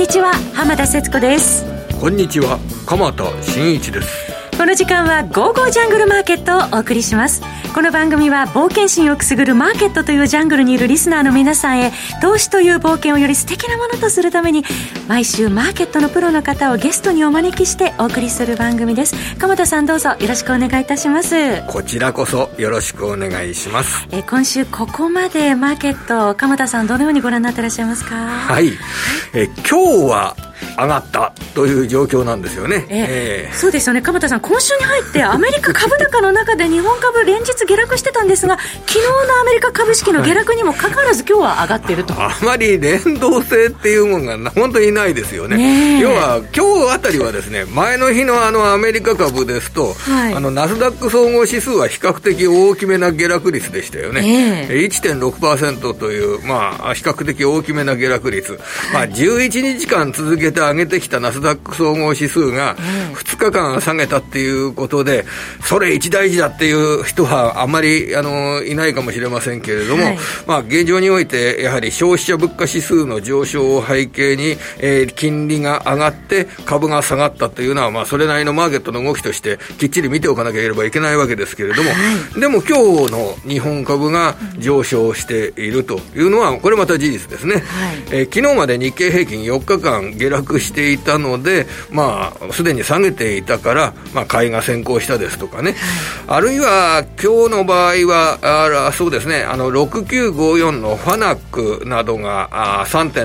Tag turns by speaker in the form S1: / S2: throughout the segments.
S1: にちは、浜田節子です。
S2: こんにちは、鎌田新一です。
S1: この時間はゴーゴージャングルマーケットをお送りします。この番組は冒険心をくすぐるマーケットというジャングルにいるリスナーの皆さんへ、投資という冒険をより素敵なものとするために、毎週マーケットのプロの方をゲストにお招きしてお送りする番組です。鎌田さん、どうぞよろしくお願いいたします。
S2: こちらこそよろしくお願いします。
S1: 今週ここまでマーケット、鎌田さんどのようにご覧になっていらっしゃいますか？
S2: はい、今日は上がったという状況なんですよね。
S1: そうですよね。鎌田さん、今週に入ってアメリカ株高の中で日本株連日下落してたんですが、昨日のアメリカ株式の下落にもかかわらず今日は上がっていると、
S2: あまり連動性っていうものが本当にないですよね。要は今日あたりはですね、前の日のアメリカ株ですと、ナスダック総合指数は比較的大きめな下落率でしたよね。1.6% という、比較的大きめな下落率、11日間続けて上げてきたナスダック総合指数が2日間下げたっていうことで、それ一大事だっていう人はあんまりいないかもしれませんけれども、現状においてやはり消費者物価指数の上昇を背景に、金利が上がって株が下がったというのは、それなりのマーケットの動きとしてきっちり見ておかなければいけないわけですけれども、でも今日の日本株が上昇しているというのはこれまた事実ですね。昨日まで日経平均4日間下落していたので、すでに下げていたから、買いが先行したですとかね、あるいは今日の場合はそうですね、6954のファナックなどが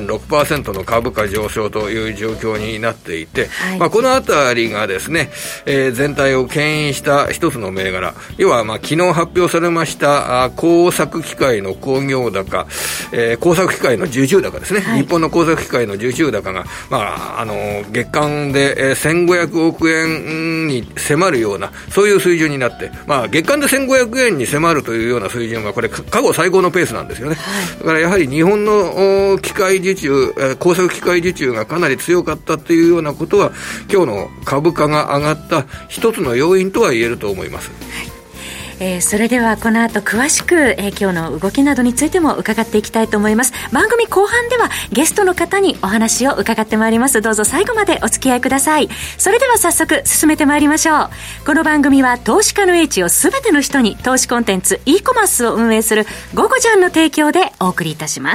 S2: 3.6% の株価上昇という状況になっていて、このあたりがですね、全体を牽引した一つの銘柄、要は昨日発表されました工作機械の工業高、工作機械の受注高ですね、日本の工作機械の受注高が、月間で1500億円に迫るような、そういう水準になって、月間で1500円に迫るというような水準はこれ過去最高のペースなんですよね。だからやはり日本の機械受注、工作機械受注がかなり強かったというようなことは、今日の株価が上がった一つの要因とは言えると思います。
S1: それではこの後詳しく、今日の動きなどについても伺っていきたいと思います。番組後半ではゲストの方にお話を伺ってまいります。どうぞ最後までお付き合いください。それでは早速進めてまいりましょう。この番組は投資家の英知をすべての人に、投資コンテンツ e コマースを運営するゴゴジャンの提供でお送りいたします。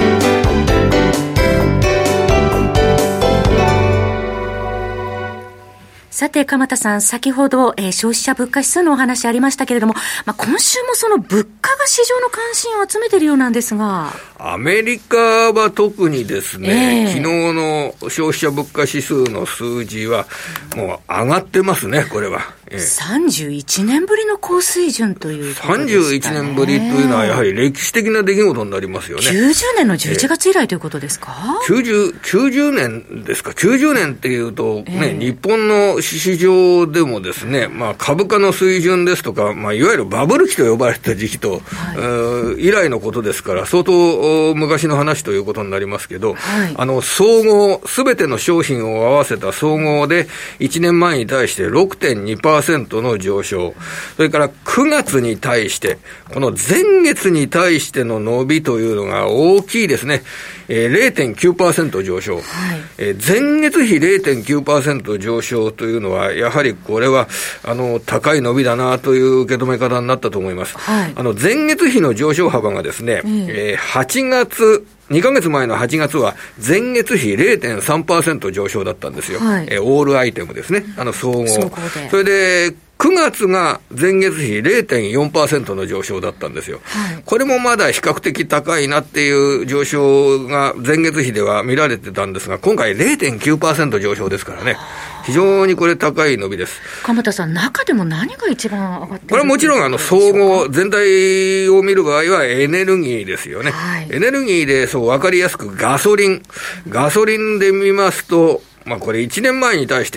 S1: さて鎌田さん、先ほど、消費者物価指数のお話ありましたけれども、今週もその物価が市場の関心を集めているようなんですが、
S2: アメリカは特にですね、昨日の消費者物価指数の数字はもう上がってますね。これは
S1: 31年ぶりの高水準ということでしたね。
S2: 31年ぶりというのはやはり歴史的な出来事になりますよね。
S1: 90年の11月以来ということですか。
S2: 90年ですか。90年っていうと、日本の市場でもですね、株価の水準ですとか、いわゆるバブル期と呼ばれた時期と、以来のことですから、相当昔の話ということになりますけど、総合、すべての商品を合わせた総合で1年前に対して 6.2% の上昇、それから9月に対して、この前月に対しての伸びというのが大きいですね。0.9% 上昇、前月比 0.9% 上昇というのは、やはりこれは高い伸びだなという受け止め方になったと思います。前月比の上昇幅がですね、8月2ヶ月前の8月は前月比 0.3% 上昇だったんですよ。オールアイテムですね、総合。それで9月が前月比 0.4% の上昇だったんですよ。これもまだ比較的高いなっていう上昇が前月比では見られてたんですが、今回 0.9% 上昇ですからね。非常にこれ高い伸びです。
S1: 鎌田さん、中でも何が一番上がっているんですか？
S2: これはもちろん総合全体を見る場合はエネルギーですよね。エネルギーで分かりやすくガソリンで見ますと、これ1年前に対して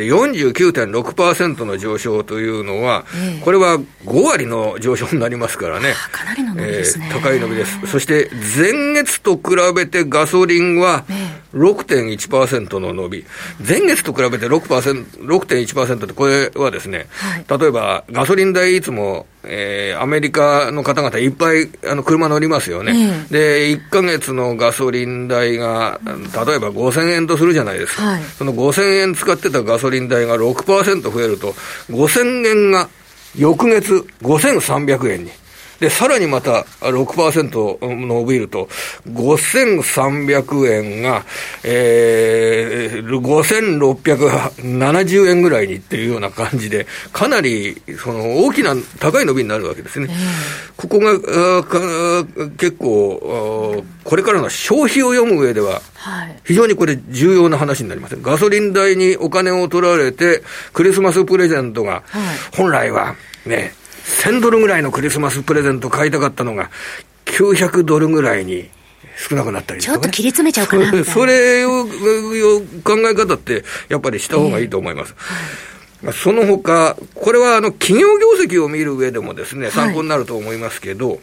S2: 49.6% の上昇というのは、これは5割の上昇になりますからね。
S1: かなりの伸びですね。
S2: 高い伸びです。そして前月と比べてガソリンは 6.1% の伸び。前月と比べて 6.1% ってこれはですね、例えばガソリン代いつも、アメリカの方々いっぱい車乗りますよね。で、1ヶ月のガソリン代が、例えば5000円とするじゃないですか。その5000円使ってたガソリン代が 6% 増えると、5000円が翌月5300円に。で、さらにまた 6% 伸びると、5300円が、5670円ぐらいにっていうような感じで、かなり、大きな、高い伸びになるわけですね。ここが、結構、これからの消費を読む上では、非常にこれ重要な話になります。ガソリン代にお金を取られて、クリスマスプレゼントが、本来はね、$1000ぐらいのクリスマスプレゼント買いたかったのが$900ぐらいに少なくなったりとか、ね、
S1: ちょっと切り詰めちゃうかなみたいな。
S2: それを考え方ってやっぱりした方がいいと思います。その他、これは企業業績を見る上でもですね、参考になると思いますけど、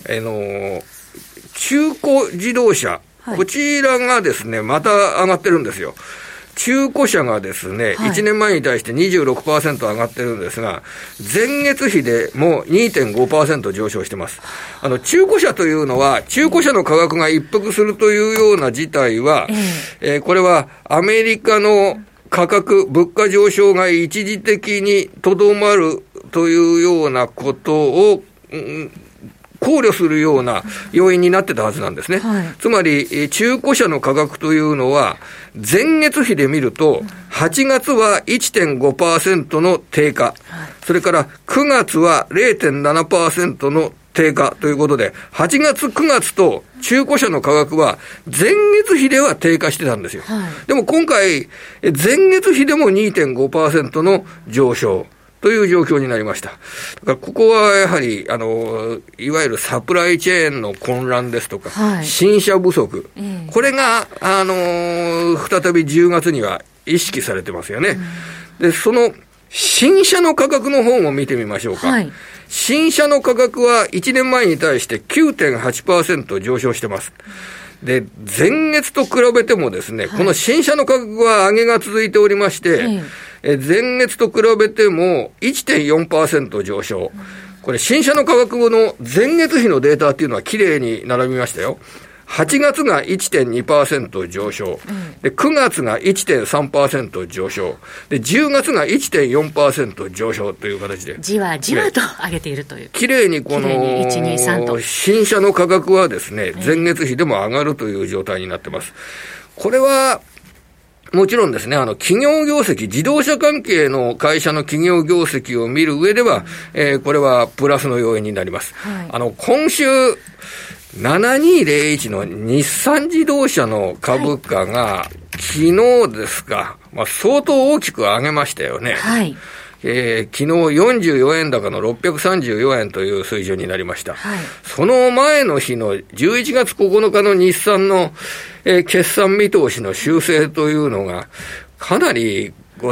S2: 中古自動車、こちらがですね、また上がってるんですよ。中古車がですね、1年前に対して 26% 上がってるんですが、前月比でも 2.5% 上昇してます。中古車というのは、中古車の価格が一服するというような事態は、これはアメリカの価格、物価上昇が一時的にとどまるというようなことを、考慮するような要因になってたはずなんですね。つまり、中古車の価格というのは、前月比で見ると、8月は 1.5% の低下、それから9月は 0.7% の低下ということで、8月、9月と中古車の価格は前月比では低下してたんですよ。でも今回、前月比でも 2.5% の上昇。という状況になりました。だからここはやはり、いわゆるサプライチェーンの混乱ですとか、新車不足。これが、再び10月には意識されてますよね。で、その、新車の価格の方も見てみましょうか。新車の価格は1年前に対して 9.8% 上昇してます。で、前月と比べてもですね、この新車の価格は上げが続いておりまして、前月と比べても 1.4% 上昇。これ新車の価格の前月比のデータっていうのはきれいに並びましたよ。8月が 1.2% 上昇。で、9月が 1.3% 上昇。で、10月が 1.4% 上昇という形で。
S1: じわじわと上げているという。
S2: きれいにこの、新車の価格はですね、前月比でも上がるという状態になってます。これは、もちろんですね、企業業績、自動車関係の会社の企業業績を見る上では、これはプラスの要因になります。今週、7201の日産自動車の株価が、昨日ですか、相当大きく上げましたよね。昨日44円高の634円という水準になりました。その前の日の11月9日の日産の、決算見通しの修正というのが、かなり、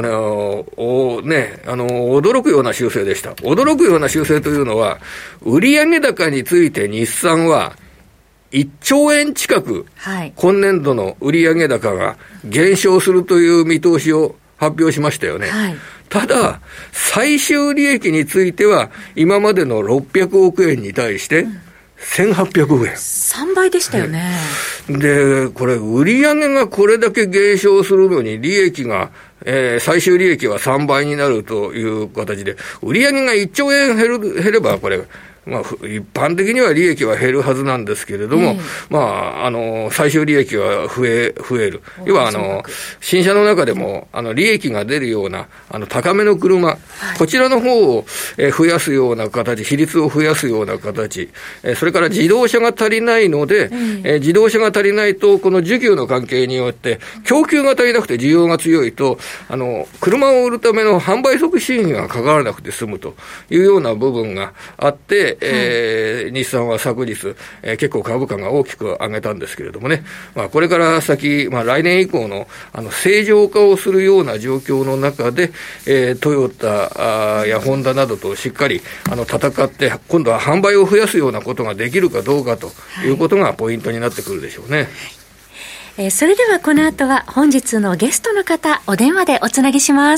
S2: 驚くような修正でした。驚くような修正というのは、売上高について日産は、1兆円近く、今年度の売上高が減少するという見通しを発表しましたよね。ただ、最終利益については、今までの600億円に対して、1800億円。
S1: 3倍でしたよね。
S2: で、これ、売上がこれだけ減少するのに、利益が、最終利益は3倍になるという形で、売上が1兆円減れば、これ、一般的には利益は減るはずなんですけれども、最終利益は増える。要は、新車の中でも、利益が出るような、高めの車、こちらの方を、増やすような形、比率を増やすような形、それから自動車が足りないので、自動車が足りないと、この需給の関係によって、供給が足りなくて需要が強いと、車を売るための販売促進費がかからなくて済むというような部分があって、日産は昨日、結構株価が大きく上げたんですけれどもね、これから先、来年以降の正常化をするような状況の中で、トヨタやホンダなどとしっかり戦って、今度は販売を増やすようなことができるかどうかということがポイントになってくるでしょうね。
S1: それではこの後は本日のゲストの方お電話でおつなぎします。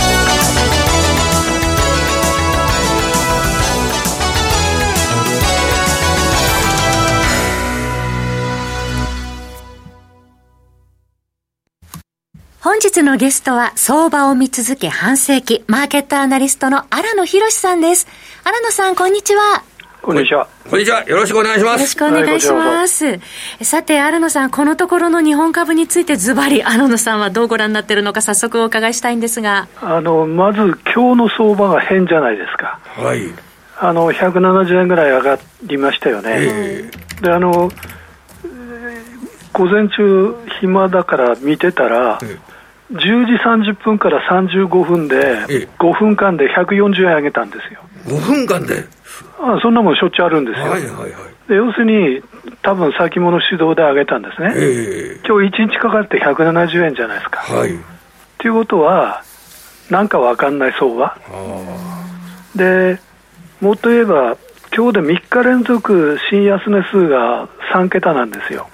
S1: 本日のゲストは相場を見続け半世紀マーケットアナリストの荒野博さんです。荒野さん、こんにちは。
S3: こんにちは。
S2: こんにちは。よろしくお願いします。
S1: よろしくお願いします。さて、荒野さん、このところの日本株についてズバリ荒野さんはどうご覧になっているのか早速お伺いしたいんですが。
S3: まず今日の相場が変じゃないですか。
S2: はい。
S3: 170円ぐらい上がりましたよね。で、午前中暇だから見てたら、10時30分から35分で5分間で140円上げたんですよ。
S2: 5分間で
S3: そんなもんしょっちゅうあるんですよ。
S2: はいはいはい。
S3: で、要するに多分先物主導で上げたんですね。今日1日かかって170円じゃないですか。
S2: はい。
S3: ということはなんかわかんない相場で、もっと言えば今日で3日連続新安値数が3桁なんですよ。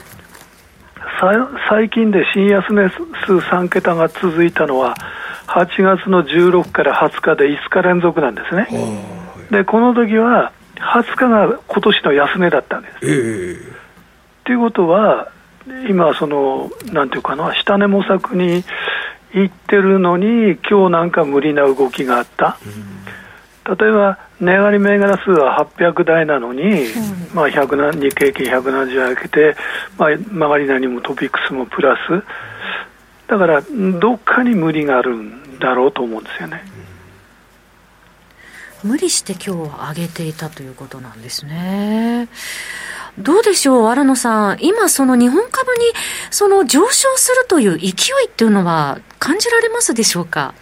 S3: 最近で新安値数3桁が続いたのは8月の16から20日で5日連続なんですね。で、この時は20日が今年の安値だったんです。ということは今なんていうかな、下値模索に行ってるのに今日なんか無理な動きがあった。例えば値上がり銘柄数は800台なのに、日経平均170円上げて、曲がりなりもトピックスもプラスだから、どっかに無理があるんだろうと思うんですよね。
S1: 無理して今日は上げていたということなんですね。どうでしょう、荒野さん、今その日本株に上昇するという勢いっていうのは感じられますでしょうか。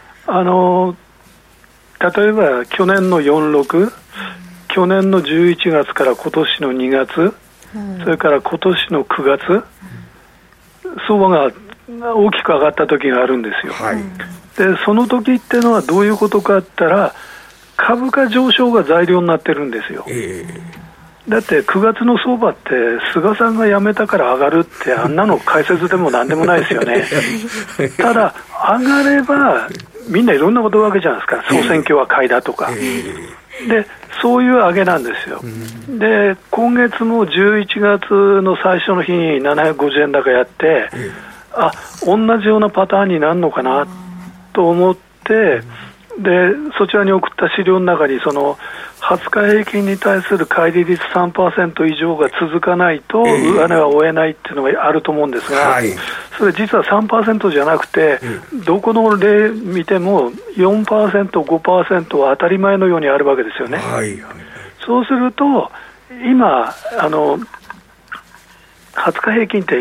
S3: 例えば去年の46、去年の11月から今年の2月、それから今年の9月、相場が大きく上がった時があるんですよ。で、その時っていうのはどういうことかって言ったら、株価上昇が材料になってるんですよ。だって9月の相場って菅さんが辞めたから上がるってあんなの解説でもなんでもないですよね。ただ上がればみんないろんなことわけじゃないですか。総選挙は買いだとか、でそういう上げなんですよ。で、今月も11月の最初の日に750円高やって、同じようなパターンになるのかなと思って、でそちらに送った資料の中に20日平均に対する乖離率 3% 以上が続かないと上値は追えないっていうのがあると思うんですが、それ実は 3% じゃなくて、どこの例見ても 4%、5% は当たり前のようにあるわけですよね。そうすると今20日平均って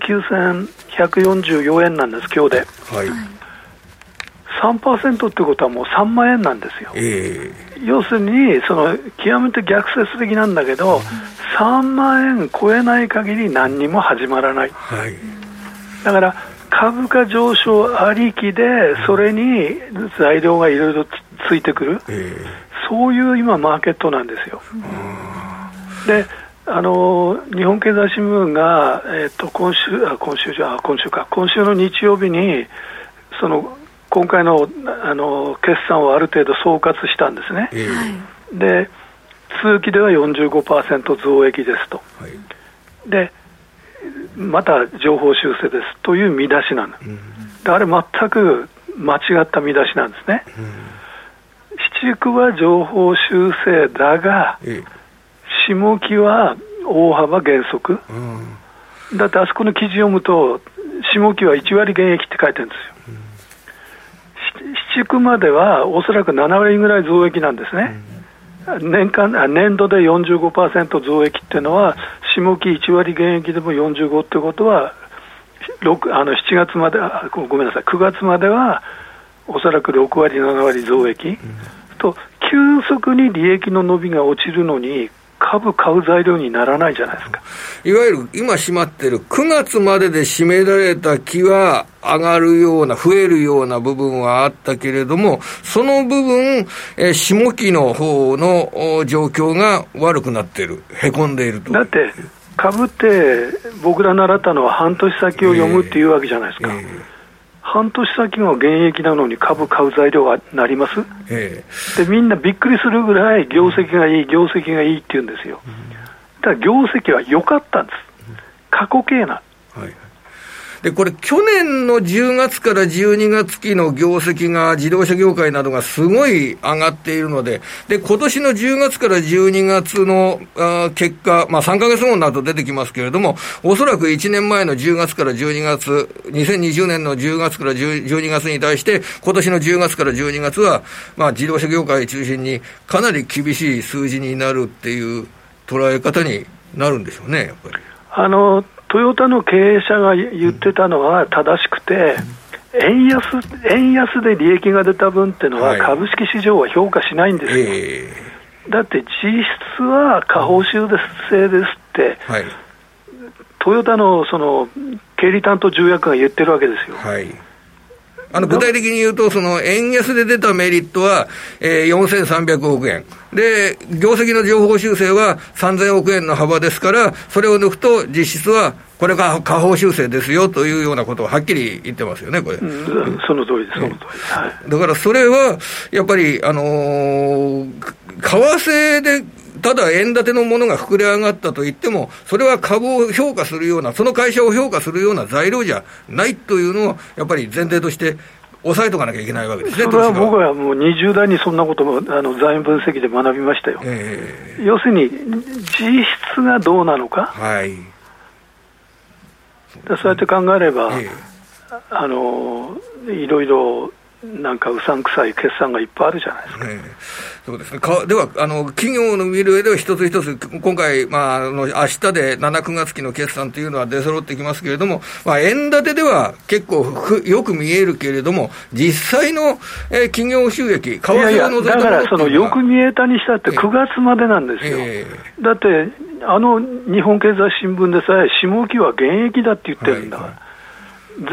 S3: 29,144 円なんです今日で。3% ってことはもう3万円なんですよ。要するに極めて逆説的なんだけど、3万円超えない限り何にも始まらない。だから株価上昇ありきでそれに材料がいろいろついてくる、そういう今マーケットなんですよ。で、日本経済新聞が、今週の日曜日に今回の、決算をある程度総括したんですね。で、通期では 45% 増益ですと。で、また情報修正ですという見出しなの。で、あれ全く間違った見出しなんですね。7、9は情報修正だが、下期は大幅減速。だってあそこの記事読むと、下期は1割減益って書いてるんですよ。7、9まではおそらく7割ぐらい増益なんですね。年度で 45% 増益っていうのは下期1割減益でも45ってことは7月までごめんなさい9月まではおそらく6割7割増益、と急速に利益の伸びが落ちるのに株買う材料にならないじゃないですか。
S2: いわゆる今閉まってる9月までで締められた期は上がるような増えるような部分はあったけれども、その部分、下期の方の状況が悪くなっている、へこんでいると。
S3: だって株って僕ら習ったのは半年先を読むっていうわけじゃないですか、半年先が現役なのに株買う材料がなります、でみんなびっくりするぐらい業績がいい業績がいいって言うんですよ。ただ業績は良かったんです、過去形な、
S2: でこれ去年の10月から12月期の業績が自動車業界などがすごい上がっているので、で今年の10月から12月の結果、3ヶ月後になると出てきますけれども、おそらく1年前の10月から12月、2020年の10月から12月に対して今年の10月から12月は、自動車業界中心にかなり厳しい数字になるっていう捉え方になるんでしょうね、やっぱり。
S3: トヨタの経営者が言ってたのは正しくて、円安で利益が出た分っていうのは株式市場は評価しないんですよ、だって実質は下方修正ですって、トヨタのその経理担当重役が言ってるわけですよ。
S2: 具体的に言うと、その円安で出たメリットは、4300億円。で、業績の情報修正は3000億円の幅ですから、それを抜くと実質は、これが下方修正ですよというようなことをはっきり言ってますよね、これ。
S3: その通りです、その通り。
S2: だからそれは、やっぱり、為替で、ただ円建てのものが膨れ上がったといっても、それは株を評価するような、その会社を評価するような材料じゃないというのを、やっぱり前提として抑えとかなきゃいけないわけですね。
S3: それは僕はもう20代にそんなことも財務分析で学びましたよ。要するに、実質がどうなのか、そうやって考えれば、いろいろ、なんかうさんくさい決算がいっぱいあるじゃないですか。
S2: そうですね。では企業の見る上では一つ一つ今回明日で7、9月期の決算というのは出揃ってきますけれども、円建てでは結構よく見えるけれども、実際の企業収益、為替を除いたものっていうのは、
S3: だからそのよく見えたにしたって9月までなんですよ。だって日本経済新聞でさえ下期は現役だって言ってるんだから、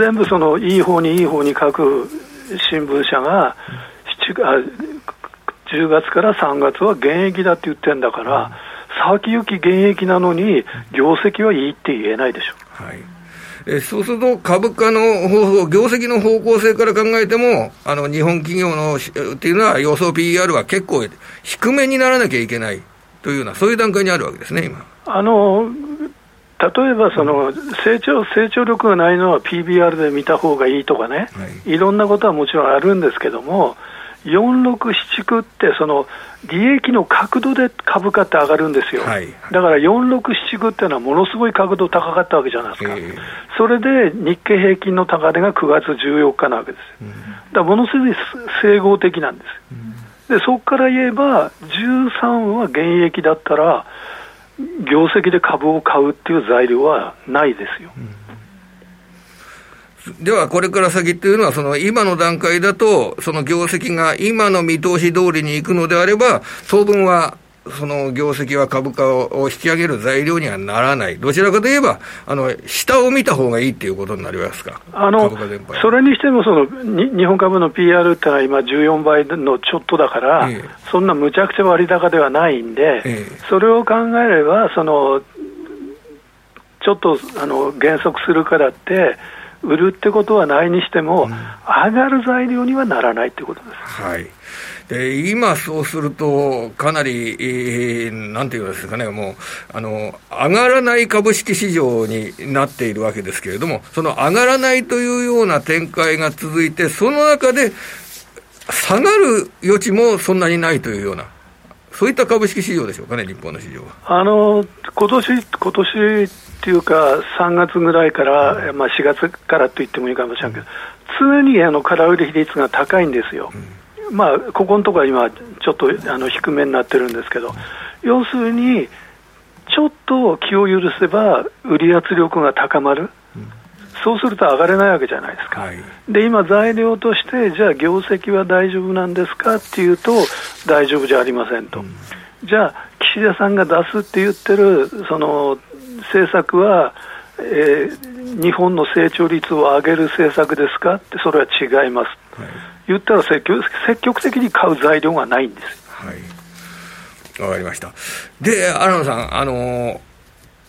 S3: 全部そのいい方に書く新聞社が10月から3月は現役だって言ってるんだから、先行き現役なのに業績はいいって言えないでしょ。
S2: そうすると株価の業績の方向性から考えても、日本企業のっていうのは予想 PER は結構低めにならなきゃいけないというような、そういう段階にあるわけですね、今。
S3: 例えばその成長力がないのは PBR で見た方がいいとかね、いろんなことはもちろんあるんですけども、467ってその利益の角度で株価って上がるんですよ。だから467っていうのはものすごい角度高かったわけじゃないですか。それで日経平均の高値が9月14日なわけです。だからものすごい整合的なんです。でそこから言えば13は現役だったら業績で株を買うっていう材料はないですよ。
S2: ではこれから先っていうのは、その今の段階だとその業績が今の見通し通りにいくのであれば、当分はその業績は株価を引き上げる材料にはならない。どちらかといえば下を見た方がいいっていうことになりますか。
S3: それにしても日本株の PR ってのは今14倍のちょっとだから、そんなむちゃくちゃ割高ではないんで、それを考えればちょっと減速するからって売るってことはないにしても、上がる材料にはならないってことです。
S2: 今そうするとかなり、なんていうんですかね、もう上がらない株式市場になっているわけですけれども、その上がらないというような展開が続いて、その中で下がる余地もそんなにないというような、そういった株式市場でしょうかね、日本の市場は。
S3: 今年っていうか3月ぐらいから、4月からと言ってもいいかもしれないけど、常に空売り比率が高いんですよ。ここのところは今ちょっと低めになってるんですけど、要するにちょっと気を許せば売り圧力が高まる、そうすると上がれないわけじゃないですか。で今材料としてじゃあ業績は大丈夫なんですかっていうと大丈夫じゃありませんと、じゃあ岸田さんが出すって言ってるその政策は、日本の成長率を上げる政策ですかって、それは違います、言ったら積極的に買う材料がないんです。
S2: わかりました。で、荒野さん、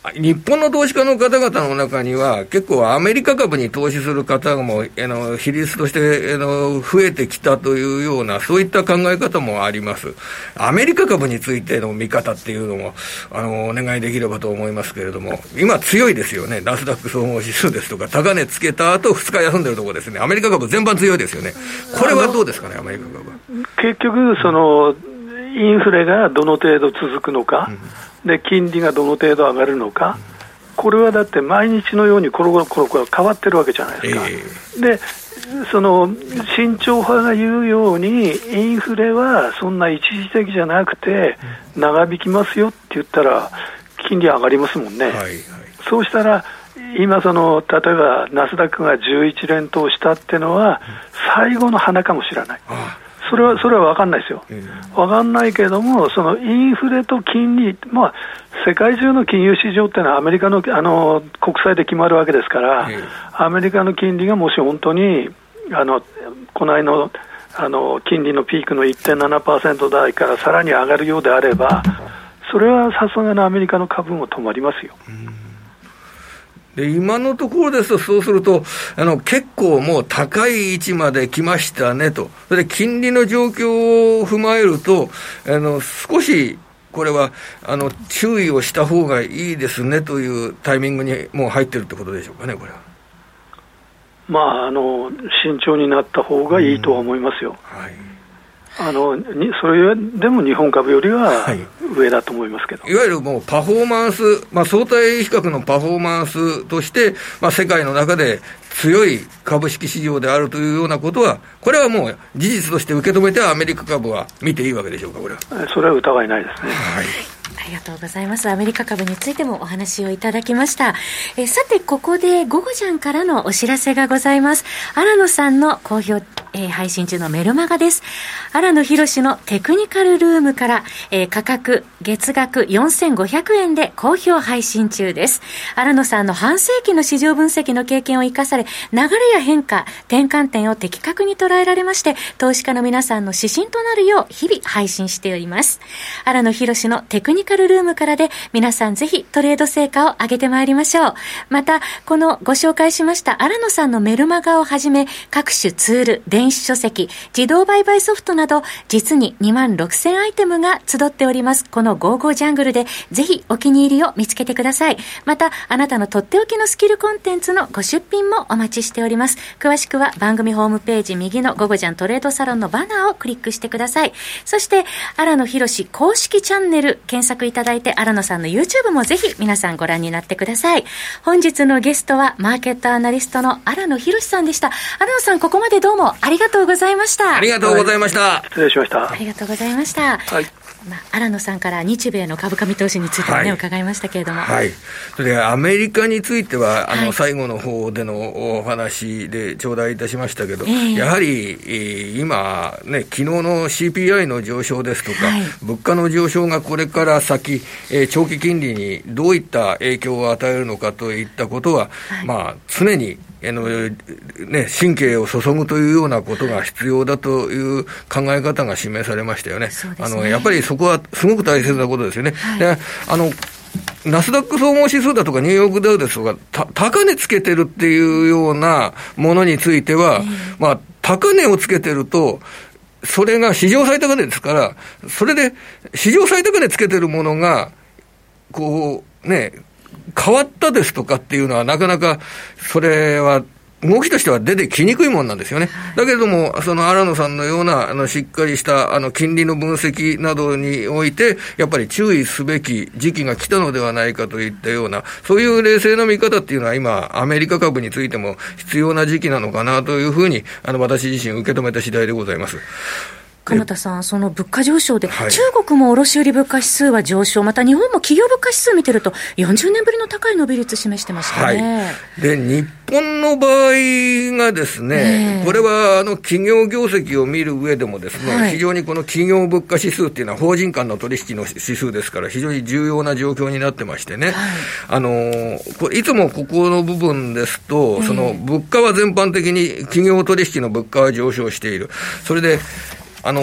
S2: 日本の投資家の方々の中には結構アメリカ株に投資する方も比率として増えてきたというようなそういった考え方もあります。アメリカ株についての見方っていうのもお願いできればと思いますけれども、今強いですよね。ナスダック総合指数ですとか高値つけた後2日休んでるところですね。アメリカ株全般強いですよね。これはどうですかね、アメリカ株は。
S3: 結局インフレがどの程度続くのか、で金利がどの程度上がるのか、これはだって毎日のようにコロコロコロコロ変わってるわけじゃないですか。で慎重派が言うようにインフレはそんな一時的じゃなくて長引きますよって言ったら金利上がりますもんね、はいはい、そうしたら今例えばナスダックが11連投したっていうのは最後の花かもしれない。それは分かんないですよ。分かんないけれども、インフレと金利、世界中の金融市場っていうのはアメリカの、国債で決まるわけですから、アメリカの金利がもし本当にこの間の金利のピークの 1.7% 台からさらに上がるようであれば、それはさすがのアメリカの株も止まりますよ。
S2: で今のところですと、そうすると結構もう高い位置まで来ましたねと。それで金利の状況を踏まえると少しこれは注意をした方がいいですねというタイミングにもう入ってるってことでしょうかね、これは。
S3: 慎重になった方がいいとは思いますよ。はい、それでも日本株よりは上だと思いますけど、
S2: いわゆるもうパフォーマンス、相対比較のパフォーマンスとして、世界の中で強い株式市場であるというようなことは、これはもう事実として受け止めてアメリカ株は見ていいわけでしょうか、これは。
S3: それは疑いないですね。
S2: はい、
S1: ありがとうございます。アメリカ株についてもお話をいただきました。さてここでゴゴジャンからのお知らせがございます。新野さんの好評配信中のメルマガです。新野博のテクニカルルームから、価格月額4500円で好評配信中です。新野さんの半世紀の市場分析の経験を生かされ、流れや変化、転換点を的確に捉えられまして、投資家の皆さんの指針となるよう日々配信しております。新野博のテクニカルルームからで皆さんぜひトレード成果を上げてまいりましょう。またこのご紹介しました新野さんのメルマガをはじめ各種ツール、電子書籍、自動売買ソフトなど実に26,000アイテムが集っております。このゴーゴージャングルでぜひお気に入りを見つけてください。またあなたのとっておきのスキルコンテンツのご出品もお待ちしております。詳しくは番組ホームページ右のゴゴジャントレードサロンのバナーをクリックしてください。そして新野博公式チャンネル検索いただいて、新野さんの YouTube もぜひ皆さんご覧になってください。本日のゲストはマーケットアナリストの新野博さんでした。新野さん、ここまでどうもありがとうございました。
S2: ありがとうございました、
S3: はい、失礼しました。
S1: ありがとうございました。はい、新野さんから日米の株価見通しについてもね、伺いましたけれども、
S2: はい、それでアメリカについては最後の方でのお話で頂戴いたしましたけど、やはり今ね、昨日の CPI の上昇ですとか、物価の上昇がこれから先、長期金利にどういった影響を与えるのかといったことは、常に神経を注ぐというようなことが必要だという考え方が示されましたよね。やっぱりそこはすごく大切なことですよね。でナスダック総合指数だとかニューヨークダウですとか高値つけてるっていうようなものについては、高値をつけてるとそれが史上最高値ですから、それで史上最高値つけてるものがこうね変わったですとかっていうのはなかなかそれは動きとしては出てきにくいもんなんですよね。だけれども新野さんのようなしっかりした金利の分析などにおいてやっぱり注意すべき時期が来たのではないかといったような、そういう冷静な見方っていうのは今アメリカ株についても必要な時期なのかなというふうに私自身受け止めた次第でございます。
S1: 鎌田さん、その物価上昇で、中国も卸売物価指数は上昇、また日本も企業物価指数見てると40年ぶりの高い伸び率示してましたね。
S2: で日本の場合がですね、これは企業業績を見る上でもですね、非常にこの企業物価指数っていうのは法人間の取引の指数ですから非常に重要な状況になってましてね、いつもここの部分ですと、その物価は全般的に企業取引の物価は上昇している。それで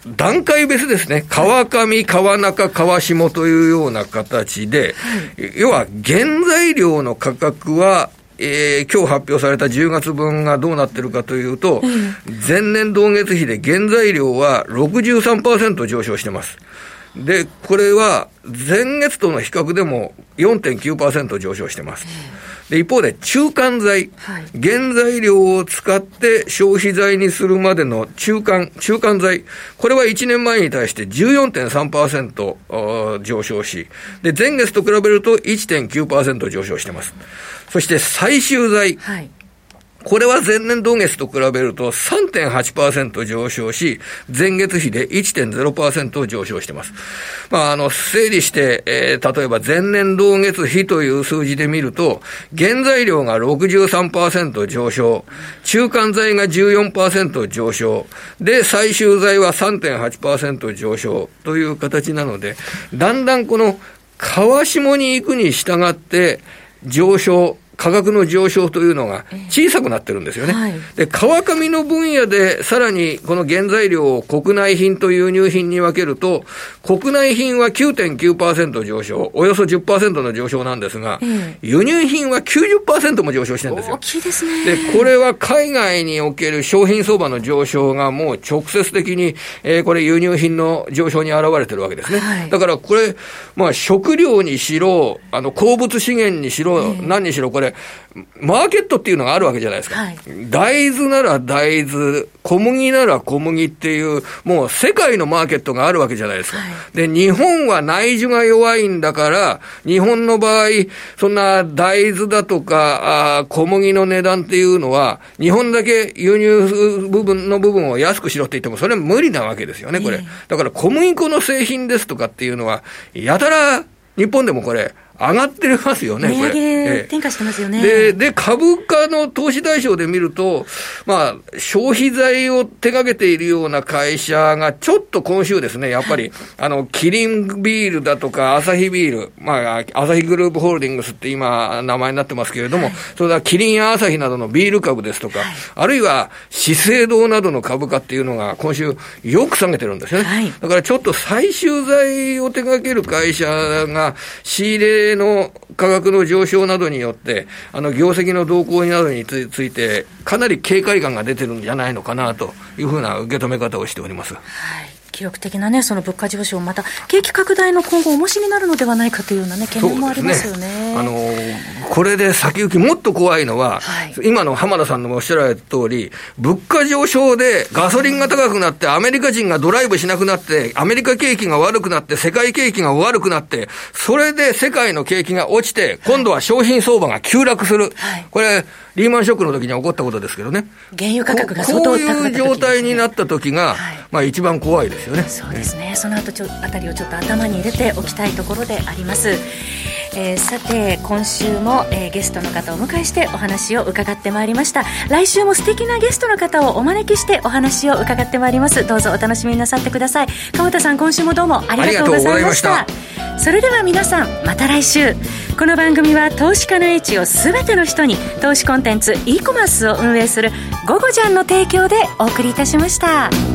S2: 段階別ですね、川上、川中、川下というような形で、要は原材料の価格は、今日発表された10月分がどうなってるかというと、前年同月比で原材料は 63% 上昇してます。で、これは前月との比較でも 4.9% 上昇してます。で、一方で中間材、原材料を使って消費財にするまでの中間材、これは1年前に対して 14.3% 上昇し、で、前月と比べると 1.9% 上昇してます。そして最終材、これは前年同月と比べると 3.8% 上昇し、前月比で 1.0% 上昇しています。整理して、例えば前年同月比という数字で見ると、原材料が 63% 上昇、中間材が 14% 上昇、で、最終材は 3.8% 上昇という形なので、だんだんこの川下に行くに従って価格の上昇というのが小さくなってるんですよね。で、川上の分野でさらにこの原材料を国内品と輸入品に分けると、国内品は 9.9% 上昇、およそ 10% の上昇なんですが、輸入品は 90% も上昇してるんですよ。
S1: 大きいですね。
S2: で、これは海外における商品相場の上昇がもう直接的に、これ輸入品の上昇に現れてるわけですね。だからこれ、食料にしろ、鉱物資源にしろ、何にしろこれ、マーケットっていうのがあるわけじゃないですか。大豆なら大豆、小麦なら小麦っていう、もう世界のマーケットがあるわけじゃないですか。で、日本は内需が弱いんだから、日本の場合、そんな大豆だとか、小麦の値段っていうのは、日本だけ輸入部分を安くしろって言っても、それは無理なわけですよね、これ。だから小麦粉の製品ですとかっていうのは、やたら日本でもこれ、上がってますよね、これ。
S1: 値上げ転嫁してますよね。
S2: で、株価の投資対象で見ると、消費財を手掛けているような会社が、ちょっと今週ですね、やっぱり、キリンビールだとか、アサヒビール、アサヒグループホールディングスって今、名前になってますけれども、それからキリンやアサヒなどのビール株ですとか、あるいは、資生堂などの株価っていうのが、今週、よく下げてるんですよね。だからちょっと最終財を手掛ける会社が、仕入れの価格の上昇などによって業績の動向などについてかなり警戒感が出てるんじゃないのかなというふうな受け止め方をしております。
S1: 記録的なね、その物価上昇、また景気拡大の今後重しになるのではないかというようなね、懸念もありますよね。
S2: これで先行きもっと怖いのは、今の浜田さんのおっしゃられた通り、物価上昇でガソリンが高くなって、アメリカ人がドライブしなくなって、アメリカ景気が悪くなって、世界景気が悪くなって、それで世界の景気が落ちて、今度は商品相場が急落する。これ、リーマンショックの時に起こったことですけどね。
S1: 原油価格が相当高かった時ですね。
S2: こういう状態になった時が、一番怖いですよね。
S1: そうですね。そのあたりをちょっと頭に入れておきたいところであります。さて今週も、ゲストの方をお迎えしてお話を伺ってまいりました。来週も素敵なゲストの方をお招きしてお話を伺ってまいります。どうぞお楽しみになさってください。川田さん、今週もどうもありがとうございました。それでは皆さん、また来週。この番組は投資家の位置をすべての人に、投資コンテンツ e コマースを運営するゴゴジャンの提供でお送りいたしました。